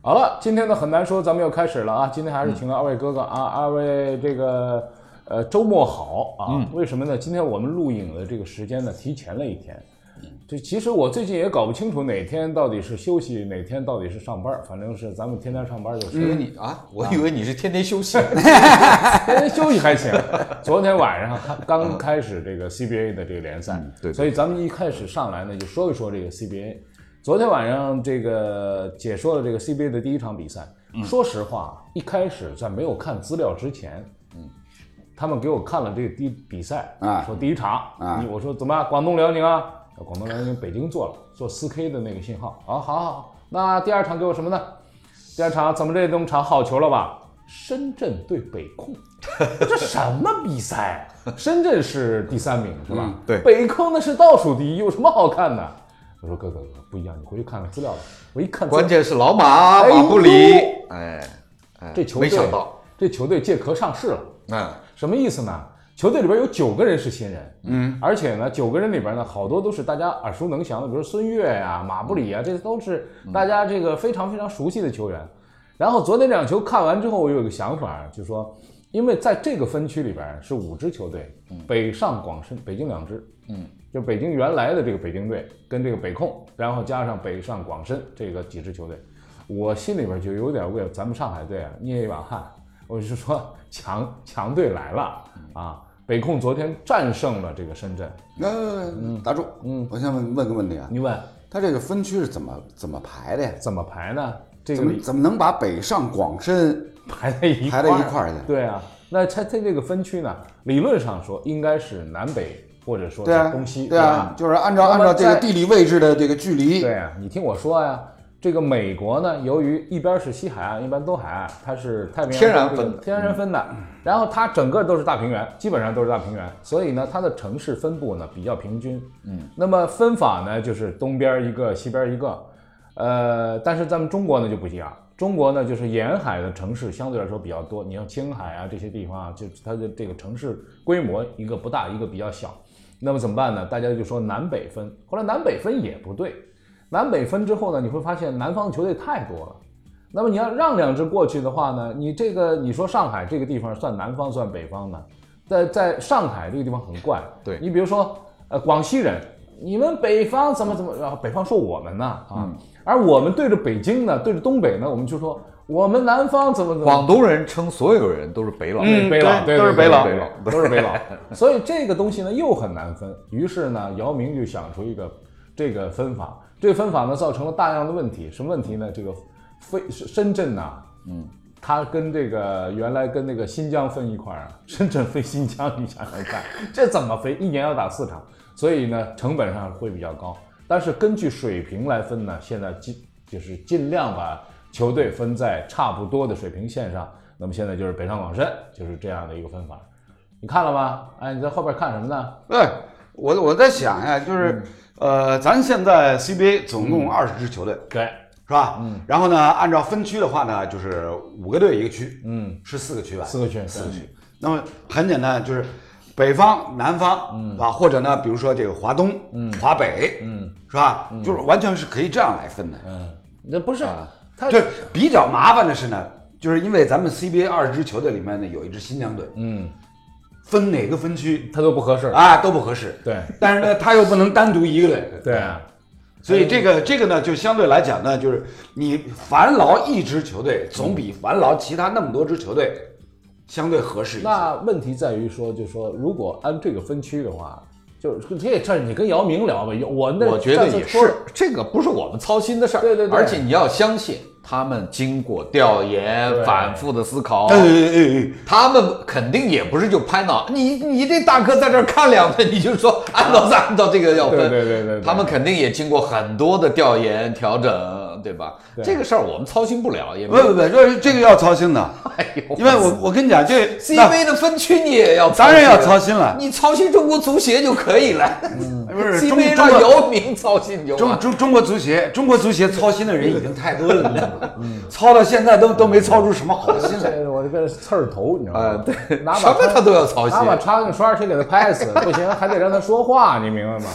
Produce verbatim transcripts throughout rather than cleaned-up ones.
好了，今天的很难说，咱们又开始了啊！今天还是请了二位哥哥啊，二位这个呃周末好啊、嗯？为什么呢？今天我们录影的这个时间呢提前了一天。这其实我最近也搞不清楚哪天到底是休息，哪天到底是上班，反正是咱们天天上班就是。 因为你啊，我以为你是天天休息， 天天休息还行。昨天晚上刚开始这个 C B A 的这个联赛， 嗯、对, 对， 所以咱们一开始上来呢就说一说这个 C B A。昨天晚上这个解说了这个 C B A 的第一场比赛，嗯、说实话，一开始在没有看资料之前，嗯，他们给我看了这个第一比赛，啊，说第一场，啊，我说怎么样，广东辽宁啊？广东辽宁北京做了，做 四 K 的那个信号，啊，好好好，那第二场给我什么呢？第二场怎么这东场好球了吧？深圳对北控，这什么比赛啊？深圳是第三名是吧？ 嗯、对， 北控那是倒数第一，有什么好看的？我说哥哥哥不一样，你回去看看资料吧。我一看， 关键是老马、哎、马布里，哎，哎这球队没想到这球队借壳上市了。 嗯， 什么意思呢？球队里边有九个人是新人，嗯，而且呢，九个人里边呢，好多都是大家耳熟能详的，比如孙悦呀、马布里啊，这都是大家这个非常非常熟悉的球员。然后昨天这场球看完之后，我有一个想法，就是说，因为在这个分区里边是五支球队，北上广深、北京两支，嗯。就北京原来的这个北京队跟这个北控，然后加上北上广深这个几支球队，我心里边就有点为咱们上海队啊捏一把汗。我是说强强队来了啊！北控昨天战胜了这个深圳。 呃，嗯，打住，嗯，我想问问个问题啊， 你问， 他这个分区是怎么怎么排的呀？ 怎么排呢？这个怎么怎么能把北上广深排在一排在一块儿去？ 对啊，那它它这个分区呢，理论上说应该是南北。或者说东西， 对啊，对啊，就是按照按照这个地理位置的这个距离。 对啊，你听我说呀，这个美国呢，由于一边是西海岸，一边东海岸，它是太平洋天然分天然分的，然后它整个都是大平原，基本上都是大平原，所以呢，它的城市分布呢比较平均。嗯，那么分法呢就是东边一个，西边一个，呃，但是咱们中国呢就不一样。中国呢，就是沿海的城市相对来说比较多，你像青海啊这些地方啊，就它的这个城市规模一个不大，一个比较小。那么怎么办呢？大家就说南北分，后来南北分也不对，南北分之后呢，你会发现南方的球队太多了。那么你要让两支过去的话呢，你这个你说上海这个地方算南方算北方呢？在在上海这个地方很怪， 对你比如说呃广西人，你们北方怎么怎么，然后北方说我们呢啊，嗯、而我们对着北京呢，对着东北呢，我们就说。我们南方怎么怎么？ 广东人称所有人都是北佬， 嗯，北佬，对， 都是北佬， 北佬，都是北佬。所以这个东西呢又很难分。于是呢，姚明就想出一个这个分法。这个分法呢造成了大量的问题。什么问题呢？这个飞深圳呐、啊，嗯，它跟这个原来跟那个新疆分一块儿啊，深圳飞新疆，你想想看，这怎么飞？一年要打四场，所以呢成本上会比较高。但是根据水平来分呢，现在尽就是尽量把。球队分在差不多的水平线上，那么现在就是北上广深，就是这样的一个分法。你看了吗？哎，你在后边看什么呢？ 对，我我在想呀，就是、嗯、呃，咱现在 C B A 总共二十支球队， 嗯、对， 是吧？嗯。然后呢，按照分区的话呢，就是五个队一个区，嗯，是四个区吧？ 四个区， 四个区。那么很简单，就是北方、南方，嗯啊，或者呢，比如说这个华东、嗯、华北，嗯，是吧？嗯、就是完全是可以这样来分的。 嗯，那不是。啊就比较麻烦的是呢，就是因为咱们 C B A 二十支球队里面呢有一支新疆队，嗯，分哪个分区它都不合适啊，都不合适。 对， 但是呢，他又不能单独一个队。 对啊， 所以这个这个呢，就相对来讲呢，就是你烦劳一支球队，总比烦劳其他那么多支球队相对合适一些。 那问题在于说，就是说，如果按这个分区的话。就是这事儿，你跟姚明聊吧。我那我觉得也是，这个不是我们操心的事儿。 对对对， 而且你要相信，他们经过调研、反复的思考， 哎哎哎， 他们肯定也不是就拍脑。你你这大哥在这儿看两遍，你就说按照按照这个要分， 对对对 对, 对， 他们肯定也经过很多的调研调整，对吧？对这个事儿我们操心不了，也不不不，这这个要操心的。哎呦，因为我我跟你讲，这 C B A 的分区你也要操心， 当然要操心了。 你操心中国足协就可以了， 嗯，不是 C B A 让姚明操心就中中中国足协，中国足协操心的人已经太多了，嗯，操到现在都都没操出什么好心来。 我这个刺儿头，你知道吗？ 对，什么他都要操心， 拿把长颈刷谁给他拍死，不行还得让他说话，你明白吗？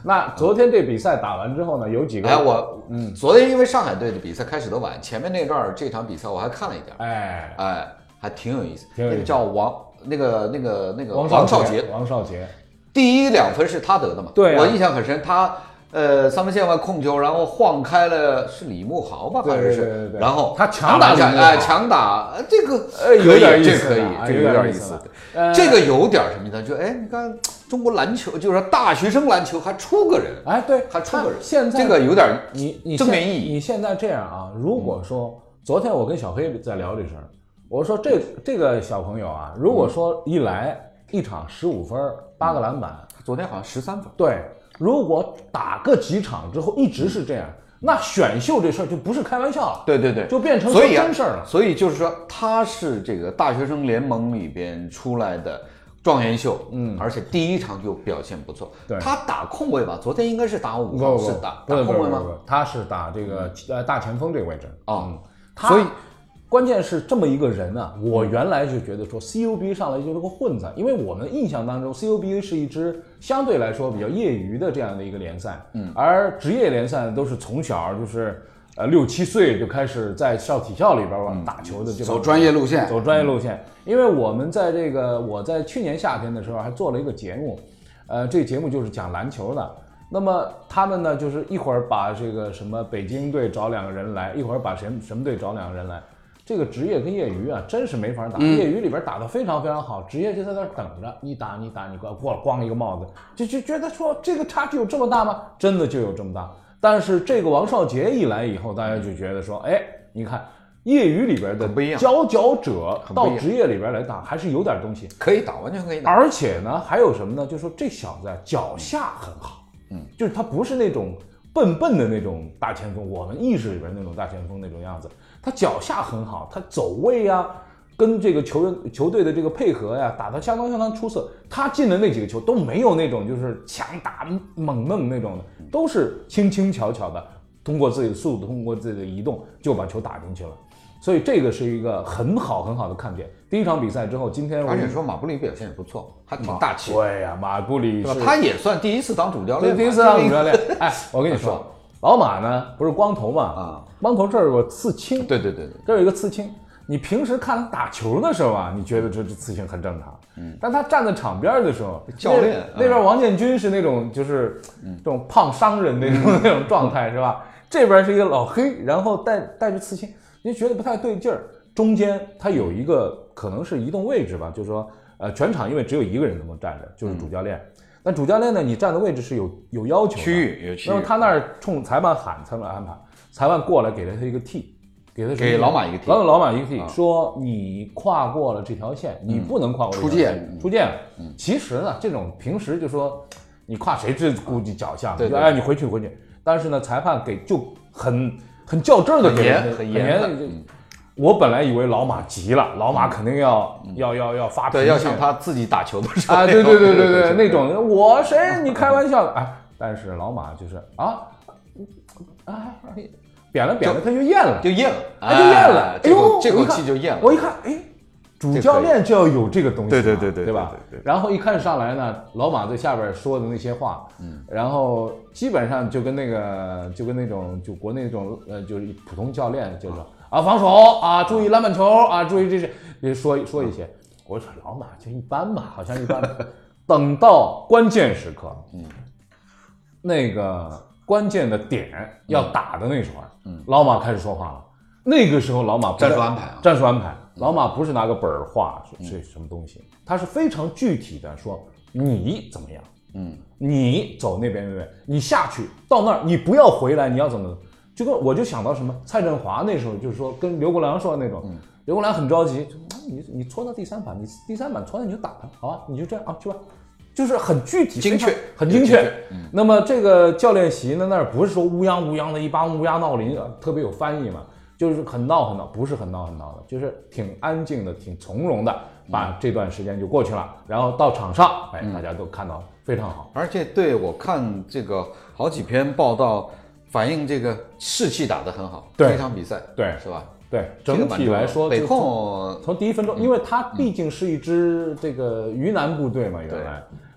那昨天这比赛打完之后呢，有几个哎，我嗯，昨天因为上海队的比赛开始的晚，前面那段这场比赛我还看了一点， 哎哎，还挺有意思。 挺有意思那个叫王，那个那个那个王王少杰， 杰， 王少杰， 第一两分是他得的嘛？ 对啊我印象很深，他。呃，三分线外控球，然后晃开了，是李慕豪吧？好像是。 对对对对然后他强打下， 李慕豪哎，强打，呃这个呃有点意思这可以，这个有点意思。这个有点什么呢？就哎，你看中国篮球，就是说大学生篮球还出个人， 哎，对， 还出个人。 现在这个有点你你正面意义。 你现在这样啊，如果说昨天我跟小黑在聊这事儿，我说这这个小朋友啊，如果说一来一场十五分八个篮板， 昨天好像十三分， 对。如果打个几场之后一直是这样，那选秀这事儿就不是开玩笑了。 对对对， 就变成所以真事儿了。 所以就是说，他是这个大学生联盟里边出来的状元秀，嗯，而且第一场就表现不错。 对， 他打控卫吧，昨天应该是打五号，是打打控卫吗？ 他是打这个呃大前锋这个位置啊。 所以关键是这么一个人啊，我原来就觉得说 C U B 上来就是个混子，因为我们印象当中 C U B A 是一支相对来说比较业余的这样的一个联赛，嗯，而职业联赛都是从小就是呃六七岁就开始在上体校里边打球的，这走专业路线， 走专业路线。因为我们在这个我在去年夏天的时候还做了一个节目，呃，这个节目就是讲篮球的。那么他们呢，就是一会儿把这个什么北京队找两个人来，一会儿把什么什么队找两个人来。这个职业跟业余啊，真是没法打。嗯、业余里边打得非常非常好，职业就在那儿等着你打你打你过过光一个帽子，就就觉得说这个差距有这么大吗？真的就有这么大。但是这个王少杰一来以后，大家就觉得说，哎，你看业余里边的佼佼者到职业里边来打，还是有点东西， 可以打，完全可以打。 而且呢，还有什么呢？就是说这小子脚下很好，嗯，就是他不是那种笨笨的那种大前锋，我们意识里边那种大前锋那种样子。他脚下很好，他走位啊，跟这个球员球队的这个配合呀，打得相当相当出色。他进的那几个球都没有那种就是强打猛弄那种的，都是轻轻巧巧的，通过自己的速度，通过自己的移动就把球打进去了。所以这个是一个很好很好的看点。第一场比赛之后，今天而且说马布里表现也不错，还挺大气。 对呀、啊，马布里是他也算第一次当主教练， 第一次当主教练。哎，我跟你说。老马呢，不是光头嘛？啊，光头这儿有个刺青。 对对对对， 这儿有一个刺青。你平时看他打球的时候啊，你觉得这这刺青很正常。嗯，但他站在场边的时候， 教练那边王建军是那种就是这种胖商人那种那种状态是吧？这边是一个老黑，然后带带着刺青，你就觉得不太对劲儿。中间他有一个可能是移动位置吧，就是说呃全场因为只有一个人能站着，就是主教练。那主教练呢？你站的位置是有有要求的， 区域有区域。 那么他那儿冲裁判喊，裁判安排，裁判过来给了他一个 T， 给他给老马一个 T， 老老马一个 T，、啊、说你跨过了这条线，你不能跨过这条线， 出界， 出界了。嗯，其实呢，这种平时就说你跨谁这估计脚下， 对对， 哎，你回去回去。但是呢，裁判给就很很较真的， 很严很严的。 我本来以为老马急了，老马肯定要、嗯、要要要发脾气， 对，要像他自己打球的时候啊，对对对对对，那种我谁你开玩笑哎，但是老马就是啊啊，扁了扁了他就咽了， 就咽了， 他就咽了， 哎呦，这口气就咽了。 我一看，哎，主教练就要有这个东西， 对对对对， 对吧？然后一看上来呢，老马在下边说的那些话，嗯，然后基本上就跟那个就跟那种就国内那种呃就是普通教练就是。啊，防守啊，注意篮板球啊，注意这些，别说说一些。我说老马就一般吧，好像一般。等到关键时刻，嗯，那个关键的点要打的那时候，嗯，老马开始说话了。那个时候，老马战术安排啊， 战术安排，老马不是拿个本儿画是什么东西，他是非常具体的说你怎么样，嗯，你走那边对不对？你下去到那儿，你不要回来，你要怎么？就跟我就想到什么，蔡振华那时候就是说跟刘国梁说的那种，嗯、刘国梁很着急，你你戳到第三板，你第三板戳到你就打他，好吧，你就这样啊，去吧，就是很具体、 精确、 很精确。嗯、那么这个教练席呢，那儿不是说乌泱乌泱的一帮乌鸦闹林，特别有翻译嘛，就是很闹很闹，不是很闹很闹的，就是挺安静的、挺从容的，把这段时间就过去了。然后到场上，哎，大家都看到非常好。 而且对我看这个好几篇报道。反映这个士气打得很好，这场比赛对是吧？ 对，整体来说， 北控从第一分钟，因为它毕竟是一支这个渝南部队嘛，原来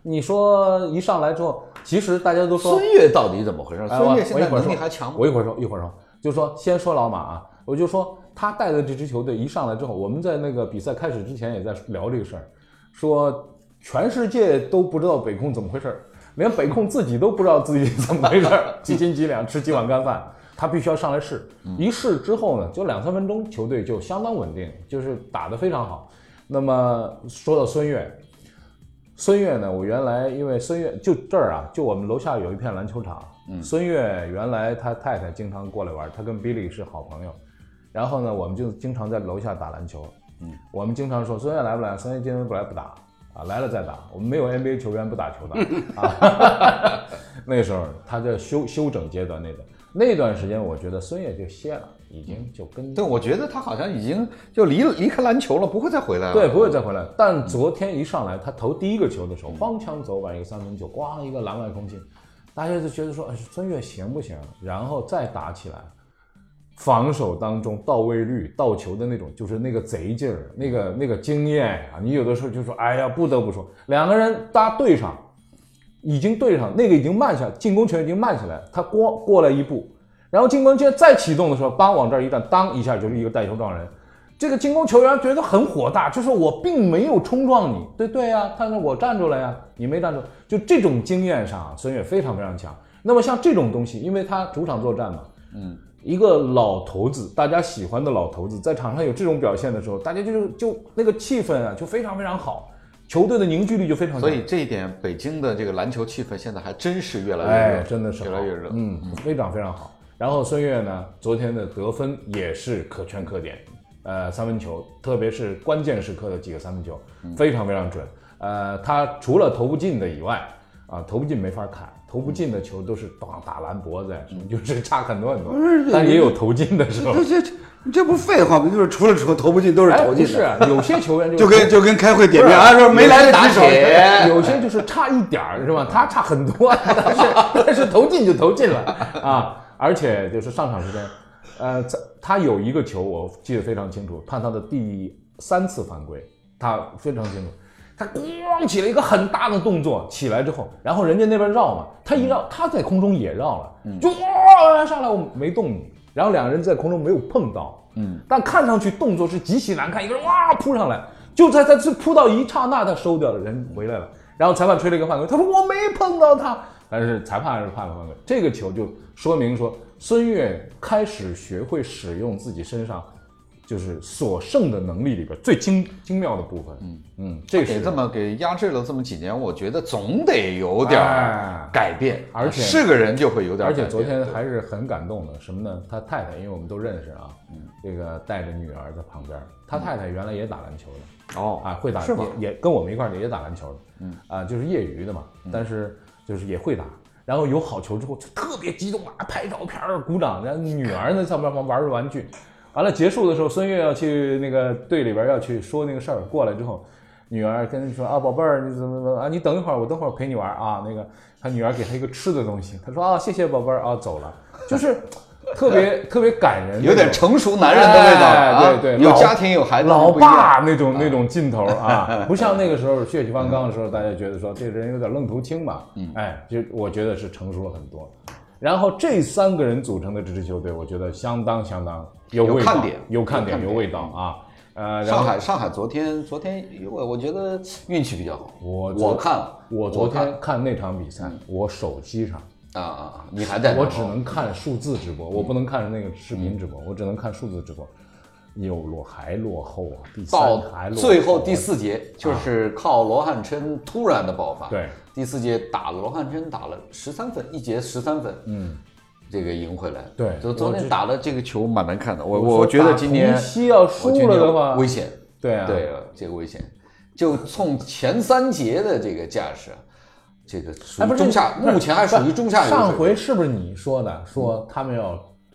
你说一上来之后，其实大家都说孙悦到底怎么回事？ 哎孙悦现在我一会儿说能力还强吗？ 我一会儿说，一会儿说，就说先说老马啊，我就说他带的这支球队一上来之后，我们在那个比赛开始之前也在聊这个事儿，说全世界都不知道北控怎么回事，连北控自己都不知道自己怎么回事，几斤几两吃几碗干饭，他必须要上来试。一试之后呢，就两三分钟，球队就相当稳定，就是打得非常好。那么说到孙悦。孙悦呢？我原来因为孙悦就这儿啊，就我们楼下有一片篮球场。嗯，孙悦原来他太太经常过来玩，他跟 Billy 是好朋友。然后呢，我们就经常在楼下打篮球。嗯，我们经常说孙悦来不来？孙悦今天不来不打啊，来了再打。我们没有 N B A 球员不打球的啊。那时候他在休休整阶段那段那段时间，我觉得孙悦就歇了。已经就跟对，我觉得他好像已经就离离开篮球了，不会再回来了。 对，不会再回来。但昨天一上来，他投第一个球的时候，荒腔走板一个三分球，咣一个篮外空进，大家就觉得说，哎，孙悦行不行？然后再打起来，防守当中到位率、到球的那种，就是那个贼劲儿，那个那个经验啊，你有的时候就说，哎呀，不得不说，两个人搭对上，已经对上，那个已经慢下，进攻权已经慢下来，他过过来一步。然后进攻线再启动的时候，帮往这儿一站，当一下就是一个带球撞人。这个进攻球员觉得很火大，就是我并没有冲撞你，对对呀、啊，但是我站住了呀，你没站住。就这种经验上，孙悦非常非常强。那么像这种东西，因为他主场作战嘛，嗯，一个老头子，大家喜欢的老头子，在场上有这种表现的时候，大家就就那个气氛啊，就非常非常好。球队的凝聚力就非常强， 所以这一点，北京的这个篮球气氛现在还真是越来越热， 哎、真的是越来越热， 嗯，非常非常好。然后孙悦呢，昨天的得分也是可圈可点，呃，三分球，特别是关键时刻的几个三分球，非常非常准。呃，他除了投不进的以外，啊，投不进没法看，投不进的球都是当打蓝脖子呀，什么就是差很多很多，但也有投进的时候。 这这这不废话吗？就是除了投投不进都是投进的。 哎、不是，有些球员就就跟就跟开会点名啊，说没来得及手， 有些就是差一点儿，是吧？他差很多，但是但是投进就投进了啊。而且就是上场时间，呃，他有一个球我记得非常清楚，判他的第三次犯规，他非常清楚，他咣起了一个很大的动作，起来之后，然后人家那边绕嘛，他一绕，他在空中也绕了，就哇上来我没动你，然后两个人在空中没有碰到，嗯，但看上去动作是极其难看，一个人哇扑上来，就在他这扑到一刹那，他收掉了，人回来了，然后裁判吹了一个犯规，他说我没碰到他。但是裁判还是判了犯规，这个球就说明说孙悦开始学会使用自己身上就是所剩的能力里边最精精妙的部分。嗯嗯，这是给这么给压制了这么几年，我觉觉得总得有点改变， 哎、而且是个人就会有点改变。 而且昨天还是很感动的，什么呢？他太太，因为我们都认识啊，嗯、这个带着女儿在旁边，他太太原来也打篮球的。 哦啊，会打是吗？ 也也跟我们一块儿也打篮球的。嗯啊，就是业余的嘛，嗯、但是。就是也会打，然后有好球之后就特别激动啊，拍照片鼓掌。然后女儿呢上边玩着玩具，完了结束的时候，孙悦要去那个队里边要去说那个事儿，过来之后，女儿跟说啊，宝贝儿，你怎么怎么啊？你等一会儿，我等会儿陪你玩啊。那个他女儿给他一个吃的东西，他说啊，谢谢宝贝儿啊，走了，就是特别特别感人， 有点成熟男人的味道， 哎、 啊、 对对， 有家庭有孩子， 老爸那种、啊、那种劲头啊，不像那个时候血气方刚的时候，大家觉得说这人有点愣头青吧，嗯，哎，就我觉得是成熟了很多。然后这三个人组成的这支球队，我觉得相当相当有味道， 有看点， 有看点，有味道啊。呃， 上海上海昨天昨天我我觉得运气比较好， 我我看了， 我昨天看那场比赛，我手机上。 啊啊！你还在？ 我只能看数字直播，我不能看那个视频直播，我只能看数字直播。又落还落后啊！第三还落后， 最后第四节就是靠罗汉琛突然的爆发。 对， 第四节打了罗汉琛打了十三分，一节十三分，嗯，这个赢回来。 对， 就昨天打的这个球蛮难看的。我我觉得今年西要输了的话危险。 对啊， 对这个危险。就从前三节的这个架势。这个属于中下，目前还属于中下游。 上回是不是你说的？说他们要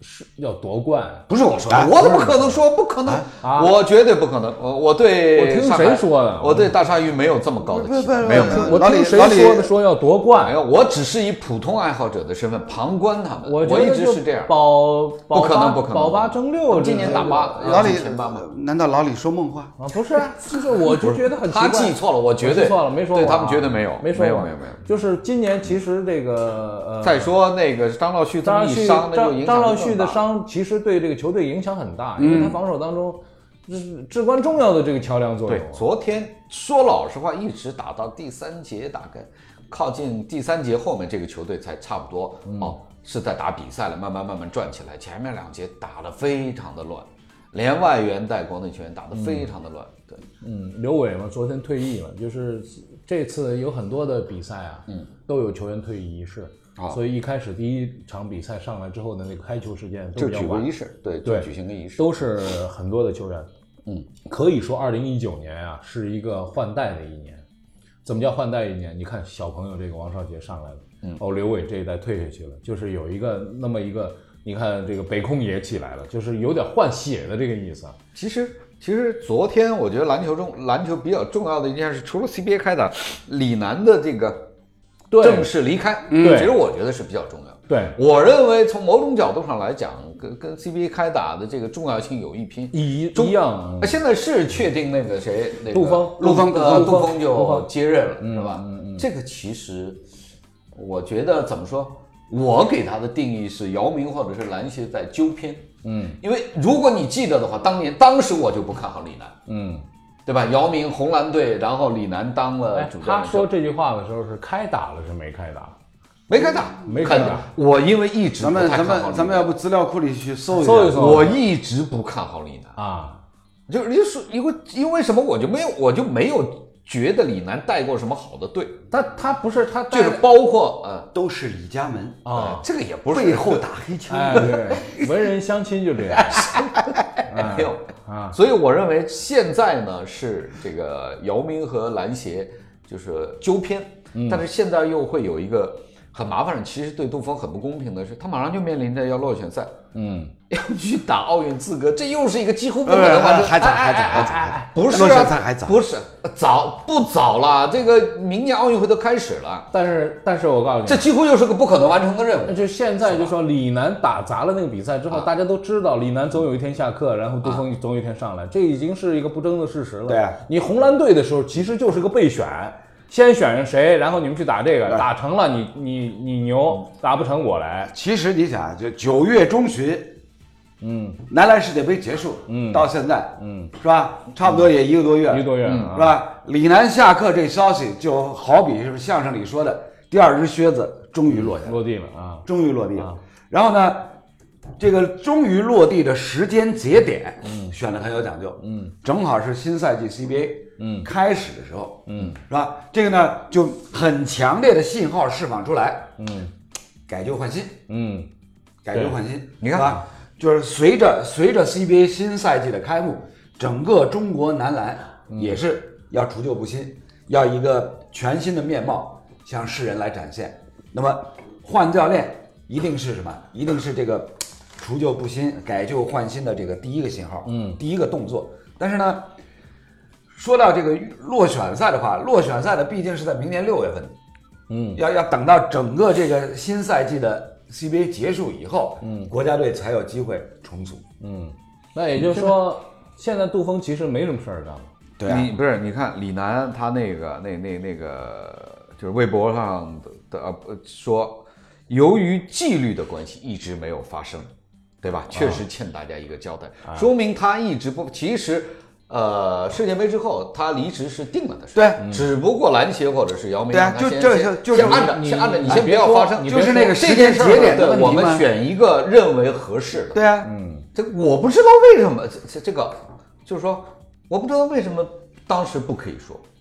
是要夺冠， 不是我说的， 我怎么可能说不可能？ 啊、 我绝对不可能。我我对我听谁说的？ 我对大鲨鱼没有这么高的期待。 没有没有， 我听谁说的说要夺冠？ 没有，我只是以普通爱好者的身份旁观他们。 我我一直是这样。 保不可能不可能， 保八争六， 今年打八， 老李前八吗？ 难道老李说梦话啊？不是，就是我就觉得很奇怪。 他记错了，我绝对记错了，没说对他们绝对没有， 没说没有没有没有。 就是今年其实这个呃， 再说那个张兆旭这么一伤，那就影响张兆旭的伤其实对这个球队影响很大，因为他防守当中是至关重要的这个桥梁作用。 对，昨天说老实话，一直打到第三节，大概靠近第三节后面，这个球队才差不多、嗯、哦是在打比赛了，慢慢慢慢转起来。前面两节打得非常的乱，连外援带国内球员打得非常的乱。嗯、对， 嗯，刘伟嘛，昨天退役了，就是这次有很多的比赛啊，嗯，都有球员退役仪式。哦、所以一开始第一场比赛上来之后的那个开球时间都比较晚， 就举个仪式，对对，举行个仪式， 都是很多的球员。嗯，可以说二零一九年啊是一个换代的一年。怎么叫换代一年？你看小朋友这个王少杰上来了，嗯，哦，刘伟这一代退下去了，就是有一个那么一个，你看这个北控也起来了，就是有点换血的这个意思。 其实其实昨天我觉得篮球中篮球比较重要的一件事，除了 C B A 开打，李楠的这个。正式离开， 对， 其实我觉得是比较重要。 对， 我认为从某种角度上来讲，跟跟 C B A 开打的这个重要性有一拼一一样。 现在是确定那个谁，那个杜峰， 杜峰，呃，杜峰就接任了， 嗯、 是吧？ 嗯嗯。 这个其实，我觉得怎么说？我给他的定义是姚明或者是篮协在纠偏。 嗯， 因为如果你记得的话，当年当时我就不看好李楠。 嗯。 对吧？姚明红蓝队，然后李楠当了主教练。 他说这句话的时候是开打了，是没开打？ 没开打， 没开打。 我因为一直咱们咱们咱们要不资料库里去搜一搜一搜。 我一直不看好李楠啊， 就是就是因为因为什么我就没有我就没有觉得李楠带过什么好的队。 他他不是他就是包括呃都是李家门啊，这个也不是背后打黑枪。 哎，对，文人相亲就这样。 没有啊，所以我认为现在呢是这个姚明和篮协就是纠偏，嗯、但是现在又会有一个很麻烦的，其实对杜峰很不公平的是，他马上就面临着要落选赛， 嗯， 要去打奥运资格，这又是一个几乎不可能完成。 还早，还早，还早， 不是落选赛还早， 不是早不早了？这个明年奥运会都开始了， 但是但是我告诉你， 这几乎又是个不可能完成的任务。 就现在就说李楠打砸了那个比赛之后，大家都知道李楠总有一天下课，然后杜峰总有一天上来，这已经是一个不争的事实了。 对啊， 你红蓝队的时候其实就是个备选。先选上谁，然后你们去打这个，打成了你你你牛，打不成我来。 其实你想，就九月中旬， 嗯， 男篮世界杯结束， 嗯， 到现在， 嗯， 是吧？差不多也一个多月了， 一个多月了， 是吧？李楠下课这消息，就好比是相声里说的，第二只靴子终于落下落地了啊， 终于落地了。然后呢，这个终于落地的时间节点，嗯，选的很有讲究， 嗯， 正好是新赛季 C B A。 嗯， 开始的时候， 嗯， 是吧？这个呢，就很强烈的信号释放出来， 嗯， 改旧换新， 嗯， 改旧换新， 你看啊，就是随着随着 C B A 新赛季的开幕，整个中国男篮也是要除旧布新，嗯、要一个全新的面貌向世人来展现。那么换教练一定是什么？一定是这个除旧布新、改旧换新的这个第一个信号， 嗯， 第一个动作。但是呢，说到这个落选赛的话，落选赛的毕竟是在明年六月份， 嗯， 要要等到整个这个新赛季的 C B A 结束以后，嗯，国家队才有机会重组， 嗯，那也就是说，现在杜峰其实没什么事儿干了， 对啊， 你不是你看李楠他那个那那那个就是微博上的的呃说，由于纪律的关系一直没有发生，对吧？确实欠大家一个交代， 啊、 说明他一直不其实。呃，世界杯之后，他离职是定了的事。 对， 嗯、只不过篮协或者是姚明， 对啊，就这就就是按着，先按着，你先不要发生， 就是那个时间节点的问题我们选一个认为合适的。 对啊， 嗯， 这我不知道为什么这这个，就是说，我不知道为什么当时不可以说，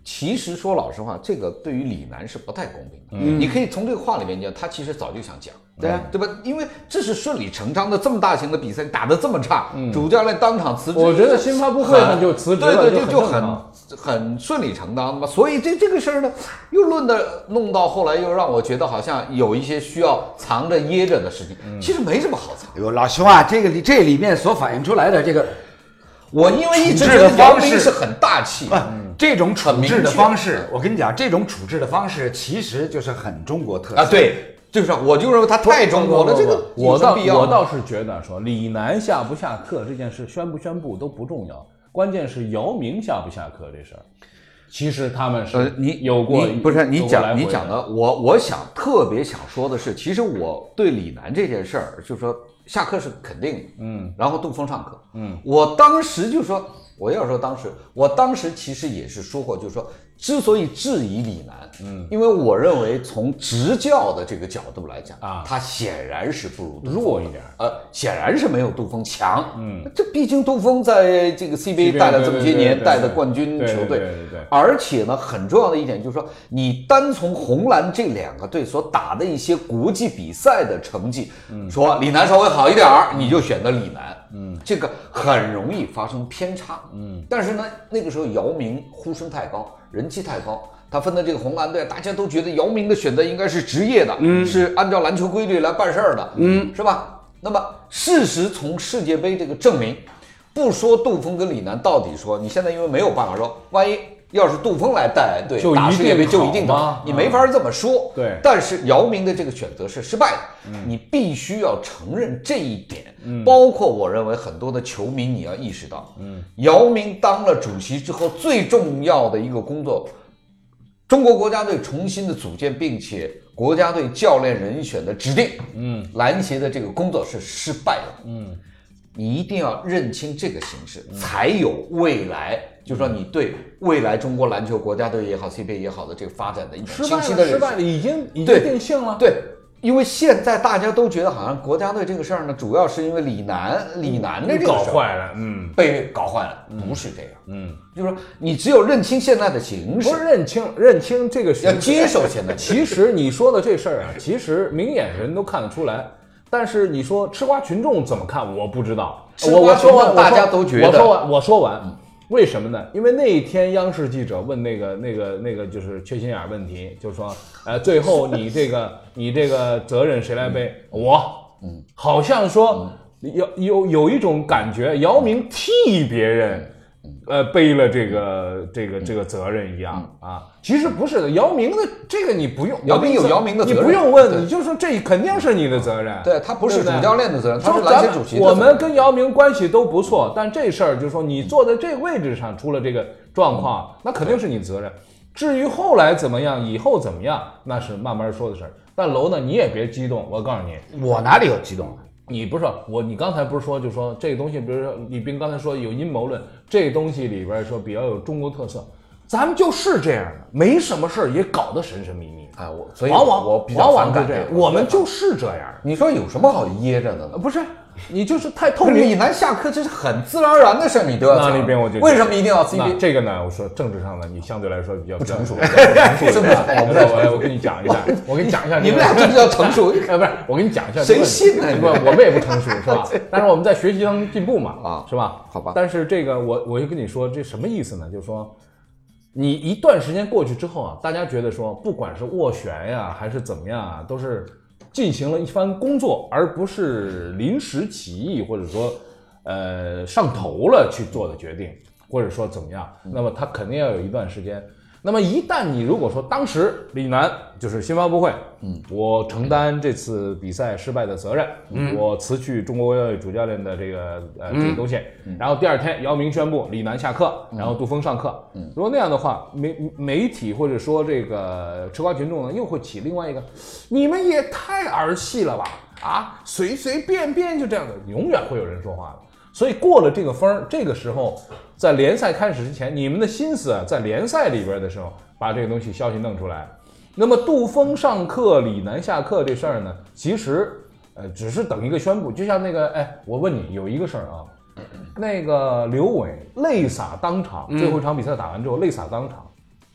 其实说老实话，这个对于李楠是不太公平的。嗯，你可以从这个话里面讲，他其实早就想讲， 对啊， 对吧？因为这是顺理成章的，这么大型的比赛打得这么差，嗯、主教练当场辞职， 我觉得新发布会上就辞职了， 对对，就就很很顺理成章的嘛。所以这这个事儿呢，又论的弄到后来，又让我觉得好像有一些需要藏着掖着的事情，嗯、其实没什么好藏。 哎呦，老兄啊，这个里这里面所反映出来的这个。 我因为一直觉得姚明是很大气， 嗯，这种处置的方式，我跟你讲，这种处置的方式其实就是很中国特色啊。对，就是我就认为他太中国了。这个我倒我倒是觉得说李楠下不下课这件事，宣不宣布都不重要，关键是姚明下不下课这事儿。其实他们是你有过， 不是你讲你讲的，我我想特别想说的是，其实我对李楠这件事儿，就是说。下课是肯定的，嗯，然后杜峰上课，嗯，我当时就说，我要说当时，我当时其实也是说过，就是说，之所以质疑李楠，嗯，因为我认为从执教的这个角度来讲啊，他显然是不如杜峰弱一点， 呃，显然是没有杜峰强，嗯，这毕竟杜峰在这个 C B A 带了这么些年，带的冠军球队， 对对对， 而且呢，很重要的一点就是说，你单从红蓝这两个队所打的一些国际比赛的成绩，嗯，说李楠稍微好一点儿，你就选择李楠，嗯，这个很容易发生偏差，嗯，但是呢，那个时候姚明呼声太高，人气太高。他分的这个红蓝队，大家都觉得姚明的选择应该是职业的，嗯，是按照篮球规律来办事儿的，嗯，是吧？那么事实从世界杯这个证明，不说杜峰跟李楠到底说，你现在因为没有办法说，万一要是杜峰来带队打世界杯就一定好，你没法这么说。 对， 但是姚明的这个选择是失败的，嗯，你必须要承认这一点。嗯，包括我认为很多的球迷你要意识到，嗯，姚明当了主席之后最重要的一个工作。中国国家队重新的组建，并且国家队教练人选的指定，嗯，篮协的这个工作是失败的，嗯，你一定要认清这个形势，嗯，才有未来，就是说你对未来中国篮球国家队也好 ，C B A 也好的这个发展的一种清晰的认识。 失败了，已经已经定性了， 对。因为现在大家都觉得好像国家队这个事儿呢，主要是因为李楠，李楠的这个事搞坏了，嗯， 被搞坏了，不是这样，嗯，就是说你只有认清现在的形势， 不是认清认清这个要接受现在。 其实你说的这事儿啊，其实明眼人都看得出来，但是你说吃瓜群众怎么看，我不知道。 我我说完，大家都觉得， 我说完，我说完。为什么呢？因为那一天央视记者问那个那个那个就是缺心眼问题，就是说，呃，最后你这个你这个责任谁来背？嗯、我，嗯，好像说有有有一种感觉，姚明替别人，呃，背了这个这个这个责任一样啊。其实不是的，姚明的这个你不用， 姚明有姚明的责任， 你不用问，你就说这肯定是你的责任。 对，他不是主教练的责任，他是篮协主席的责任。 我们跟姚明关系都不错，但这事儿就是说你坐在这个位置上出了这个状况，那肯定是你的责任。至于后来怎么样，以后怎么样，那是慢慢说的事儿。但楼呢，你也别激动，我告诉你， 我哪里有激动啊？ 你不是我，你刚才不是说，就说这个东西，比如说李斌刚才说有阴谋论，这个东西里边说比较有中国特色。咱们就是这样的，没什么事儿也搞得神神秘秘。 哎，我所以往往我比较往往就这样，我们就是这样。 你说有什么好掖着的呢？ 不是，你就是太透明。 李楠下课这是很自然而然的事，你都要讲。 那里边我就为什么一定要 C B A？ 这个呢，我说政治上呢，你相对来说比较不成熟。成熟我不是，我我跟你讲一下，我跟你讲一下， 你们俩真的要成熟？ 哎，不是，我跟你讲一下， 谁信呢？ 不，我们也不成熟，是吧？但是我们在学习当中进步嘛， 啊， 是吧？ 好吧。 但是这个我我就跟你说，这什么意思呢？就是说。你一段时间过去之后啊，大家觉得说，不管是斡旋呀，还是怎么样啊，都是进行了一番工作，而不是临时起意，或者说，呃，上头了去做的决定，或者说怎么样。那么他肯定要有一段时间。那么一旦你如果说当时李楠就是新发布会，嗯，我承担这次比赛失败的责任，嗯，我辞去中国国家队主教练的这个呃这个东西，嗯，然后第二天姚明宣布李楠下课，然后杜峰上课，嗯，如果那样的话，媒媒体或者说这个吃瓜群众呢，又会起另外一个，你们也太儿戏了吧，啊，随随便便就这样的，永远会有人说话的。所以过了这个风，这个时候在联赛开始之前，你们的心思啊，在联赛里边的时候，把这个东西消息弄出来。那么杜峰上课，李楠下课这事儿呢，其实呃只是等一个宣布。就像那个，哎，我问你，有一个事儿啊，那个刘伟泪洒当场，最后一场比赛打完之后泪洒当场，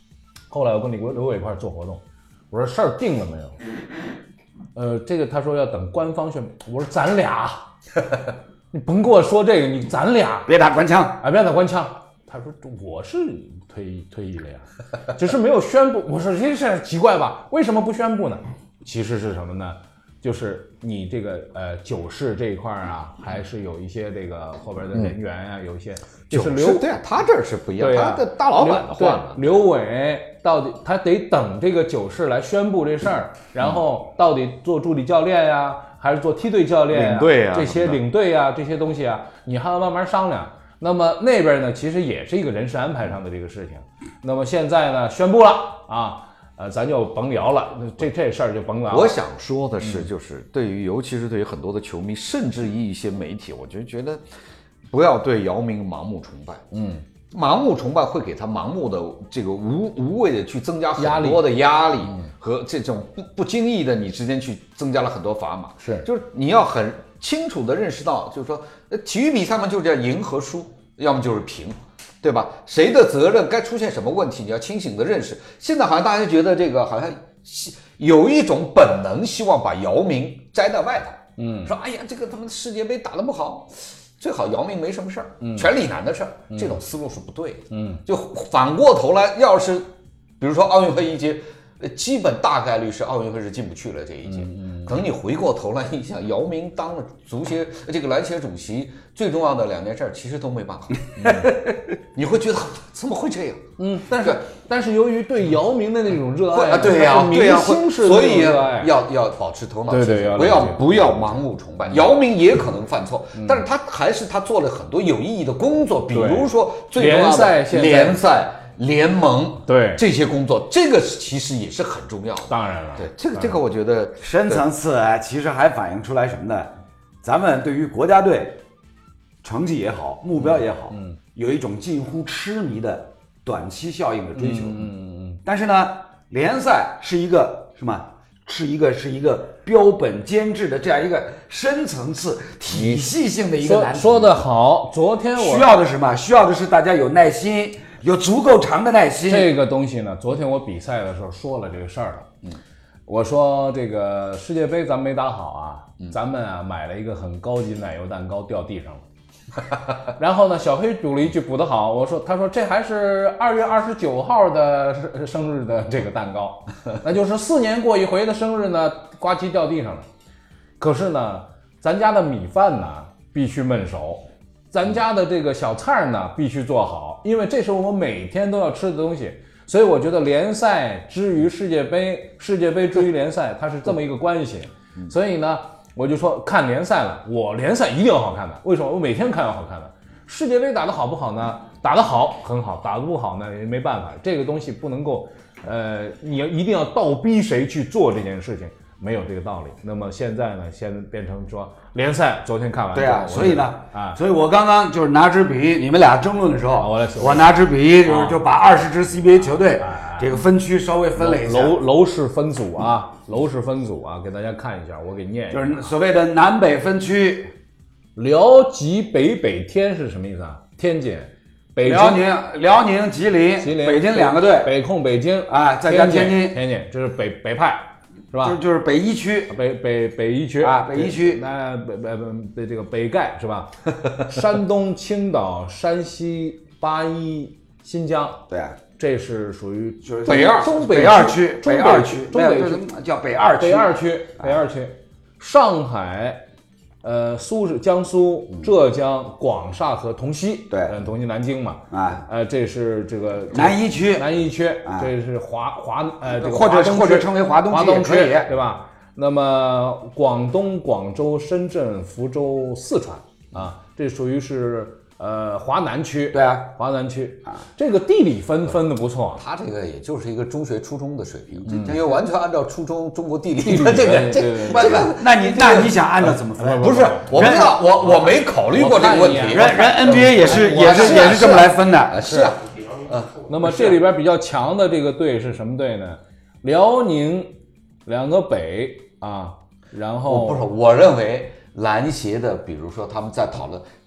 后来我跟李国刘伟一块做活动，我说事儿定了没有？呃，这个他说要等官方宣布。我说咱俩，你甭跟我说这个，你咱俩别打官腔， 啊，别打官腔。他说我是退退役了呀，只是没有宣布。我说这事儿奇怪吧？为什么不宣布呢？其实是什么呢？就是你这个呃酒市这一块啊，还是有一些这个后边的人员啊，嗯、有一些就是刘对啊，他这儿是不一样， 啊、 他的大老板的换了。 刘伟到底他得等这个酒市来宣布这事儿，然后到底做助理教练呀、啊，还是做梯队教练呀、啊、 领队啊这些领队啊这些东西啊，你还要慢慢商量。那么那边呢，其实也是一个人事安排上的这个事情。那么现在呢，宣布了啊。呃，咱就甭聊了，这这事儿就甭聊了。 我想说的是，就是对于，尤其是对于很多的球迷，甚至于一些媒体，我就觉得不要对姚明盲目崇拜。嗯，盲目崇拜会给他盲目的这个无无谓的去增加很多的压力和这种不不经意的你之间去增加了很多砝码。 是， 就是你要很清楚的认识到，就是说，体育比赛嘛，就是叫赢和输，要么就是平。对吧？谁的责任该出现什么问题，你要清醒的认识。现在好像大家觉得这个好像有一种本能，希望把姚明摘在外头。嗯，说哎呀，这个他们世界杯打得不好，最好姚明没什么事儿，嗯、全李楠的事儿、嗯。这种思路是不对的。嗯，就反过头来，要是比如说奥运会一届，基本大概率是奥运会是进不去了这一届。嗯，可能你回过头来一想，姚明当了足协这个篮协主席，最重要的两件事其实都没办好。嗯你会觉得怎么会这样？ 嗯，但是但是由于对姚明的那种热爱， 啊，对呀、啊，对呀、啊，所以要要保持头脑清醒，不要不要盲目崇拜。姚明也可能犯错，嗯、但是他还是他做了很多有意义的工作，比如说最重要的联赛、联盟， 对这些工作，这个其实也是很重要的。 当然了， 对这个这个，我觉得深层次啊，其实还反映出来什么呢？咱们对于国家队成绩也好，目标也好，嗯。有一种近乎痴迷的短期效应的追求，嗯嗯嗯。但是呢，联赛是一个什么？是一个是一个标本兼治的这样一个深层次体系性的一个难题。 说得好，昨天我需要的是什么？需要的是大家有耐心，有足够长的耐心。 这个东西呢，昨天我比赛的时候说了这个事儿了。嗯，我说这个世界杯咱没打好啊，嗯、咱们啊买了一个很高级奶油蛋糕掉地上了。然后呢，小黑补了一句补得好，我说他说这还是二月二十九号的生日的这个蛋糕，那就是四年过一回的生日呢，呱唧掉地上了。可是呢，咱家的米饭呢必须焖熟，咱家的这个小菜呢必须做好，因为这是我们每天都要吃的东西。所以我觉得联赛之于世界杯，世界杯之于联赛，它是这么一个关系。所以呢。我就说看联赛了，我联赛一定要好看的。为什么？我每天看要好看的。世界杯打得好不好呢？打得好很好，打得不好呢也没办法。这个东西不能够，呃，你要一定要倒逼谁去做这件事情，没有这个道理。那么现在呢，现变成说联赛，昨天看完。 对啊，所以呢，啊，所以我刚刚就是拿支笔，你们俩争论的时候， 啊、我来我拿支笔就是就把二十支 C B A 球队。啊这个分区稍微分了一下， 楼楼市分组啊，楼市分组啊，给大家看一下，我给念一下， 就是所谓的南北分区。 辽吉北北天是什么意思啊？天津、北辽宁、辽宁、吉林、 吉林、 北京两个队， 北控北京啊，再加天津， 天津这是北北派，是吧？ 就就是北一区， 北北北一区啊，北一区， 那北北北这个北盖是吧？山东、青岛、山西、八一、新疆， 对。 这是属于就是北二中北二区， 北二区， 中北区叫北二区， 北二区，北二区。上海、呃，苏是江苏、浙江、广厦和同溪， 对， 嗯，同溪南京嘛， 啊， 呃，这是这个南一区， 南一区，这是华华呃这个或者或者称为华东华东区， 对吧？那么广东、广州、深圳、福州、四川啊，这属于是。呃，华南区， 对啊， 华南区啊，这个地理分分的不错。 他这个也就是一个中学、初中的水平，嗯、因为完全按照初中中国地理地理这个这这个， 那你那你想按照怎么分？ 不是，我不知道，我我没考虑过这个问题。 人人 N B A 也是也是也是这么来分的， 是啊。 嗯，那么这里边比较强的这个队是什么队呢？辽宁两个北啊，然后不是，我认为篮协的，比如说他们在讨论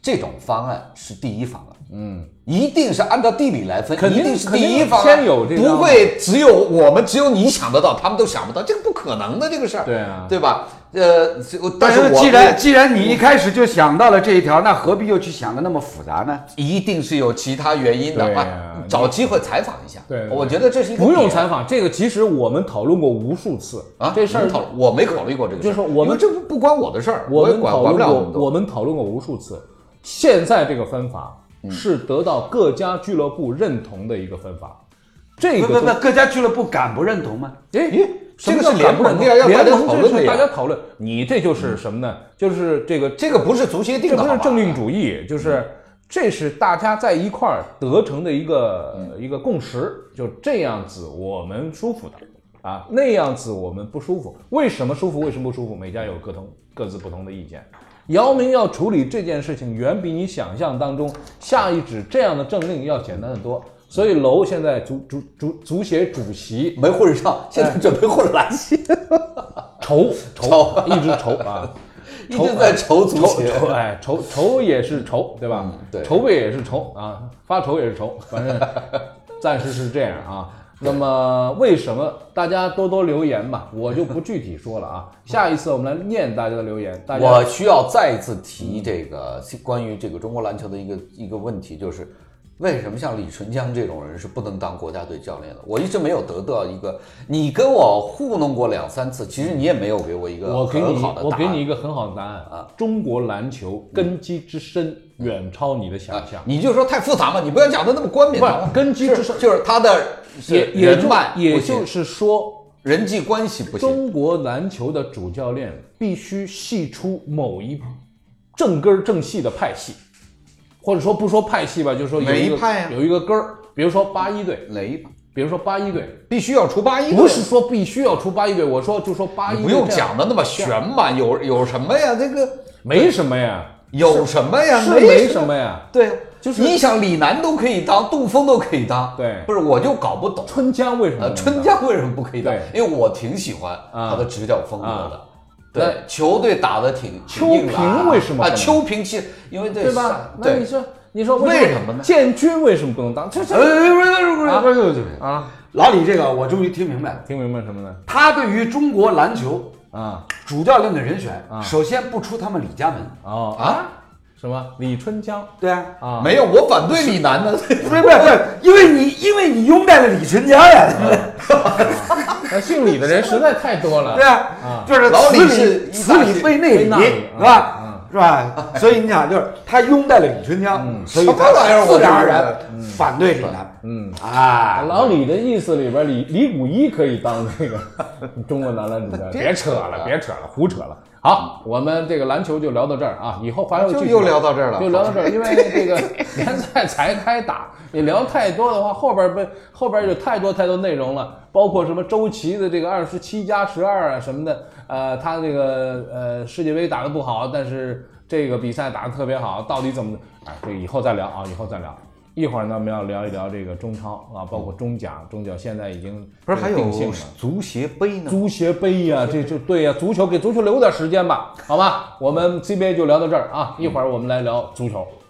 这种方案是第一方案，嗯，一定是按照地理来分， 肯定一定是第一方案， 先有这个， 不会只有我们只有你想得到，他们都想不到，这个不可能的这个事儿， 对啊， 对吧？呃，但是我既然既然你一开始就想到了这一条，那何必又去想的那么复杂呢？ 一定是有其他原因的啊啊，找机会采访一下。 对， 我觉得这是一个不用采访，这个其实我们讨论过无数次啊， 这事儿讨我没考虑过这个事儿， 就是我们这不不关我的事儿， 我们管讨论过， 管不了那么多。 我们讨论过无数次，现在这个分法是得到各家俱乐部认同的一个分法。这个不不不，各家俱乐部敢不认同吗？ 哎， 这个是联盟的呀，要大家讨论的呀。 大家讨论，你这就是什么呢？就是这个这个不是足协定的， 这不是政令主义，就是这是大家在一块儿得成的一个一个共识，就这样子我们舒服的啊，那样子我们不舒服。为什么舒服？为什么不舒服？每家有各同各自不同的意见。姚明要处理这件事情，远比你想象当中下一纸这样的政令要简单得多。所以楼现在足足足足协主席没混上，现在准备混篮协， 愁愁一直愁啊， 一直在愁足协， 愁哎愁愁也是愁，对吧？ 嗯、对， 筹备也是愁啊，发愁也是愁，反正暂时是这样啊。那么为什么大家多多留言吧？我就不具体说了啊。下一次我们来念大家的留言。大家我需要再一次提这个关于这个中国篮球的一个一个问题，就是。为什么像李纯江这种人是不能当国家队教练的？我一直没有得到一个，你跟我糊弄过两三次，其实你也没有给我一个我给你很好的答案。 我给你一个很好的答案啊！中国篮球根基之深远超你的想象。 啊、你就说太复杂嘛，你不要讲的那么冠冕堂皇。 根基之深就是他的也也就也就是说人际关系不行。 中国篮球的主教练必须系出某一正根正系的派系。或者说不说派系吧，就是说有一个派、啊、 有一个根儿，比如说八一队， 哪一？ 比如说八一队必须要出八一队， 不是说必须要出八一队，我说就说八一队， 不用讲的那么玄嘛，有有什么呀？这个没什么呀， 有什么呀？ 是没什么呀？ 对， 就是你想李楠都可以当，杜峰都可以当， 对， 不是我就搞不懂春江为什么？ 呃，春江为什么不可以当？ 对， 因为我挺喜欢他的执教风格的。 啊对，球队打得挺秋平为什么啊？秋平其实因为对吧？ 对， 你说你说为什么呢？ 建军为什么不能当？这这不是不是不是不是啊！ 老李这个我终于听明白了， 听明白什么呢？ 他对于中国篮球啊主教练的人选， 啊、 首先不出他们李家门哦啊。什么李春江？ 对啊， 啊没有，我反对李楠的， 不是不是不是，因为你因为你拥戴了李春江呀， 那姓李的人实在太多了。 对啊，啊就是老李是此理非内里，是吧？是吧？所以你想，就是他拥戴了李春江，所以他自然而然反对李楠。嗯啊， 老李的意思里边，李李谷一可以当这个中国男篮主教练。别扯了，别扯了，胡扯了。好，我们这个篮球就聊到这儿啊，以后还有就又聊到这儿了， 就聊到这儿，因为这个联赛才开打，你聊太多的话，后边被后边有太多太多内容了，包括什么周琦的这个二十七加十二啊什么的，呃，他这个呃世界杯打得不好，但是这个比赛打得特别好，到底怎么？哎，这以后再聊啊，以后再聊。一会儿呢，我们要聊一聊这个中超啊，包括中甲，中甲现在已经不是还有定性了足协杯呢？ 足协杯呀、啊，这就对呀、啊，足球给足球留点时间吧，好吧？我们 C B A 就聊到这儿啊，一会儿我们来聊足球。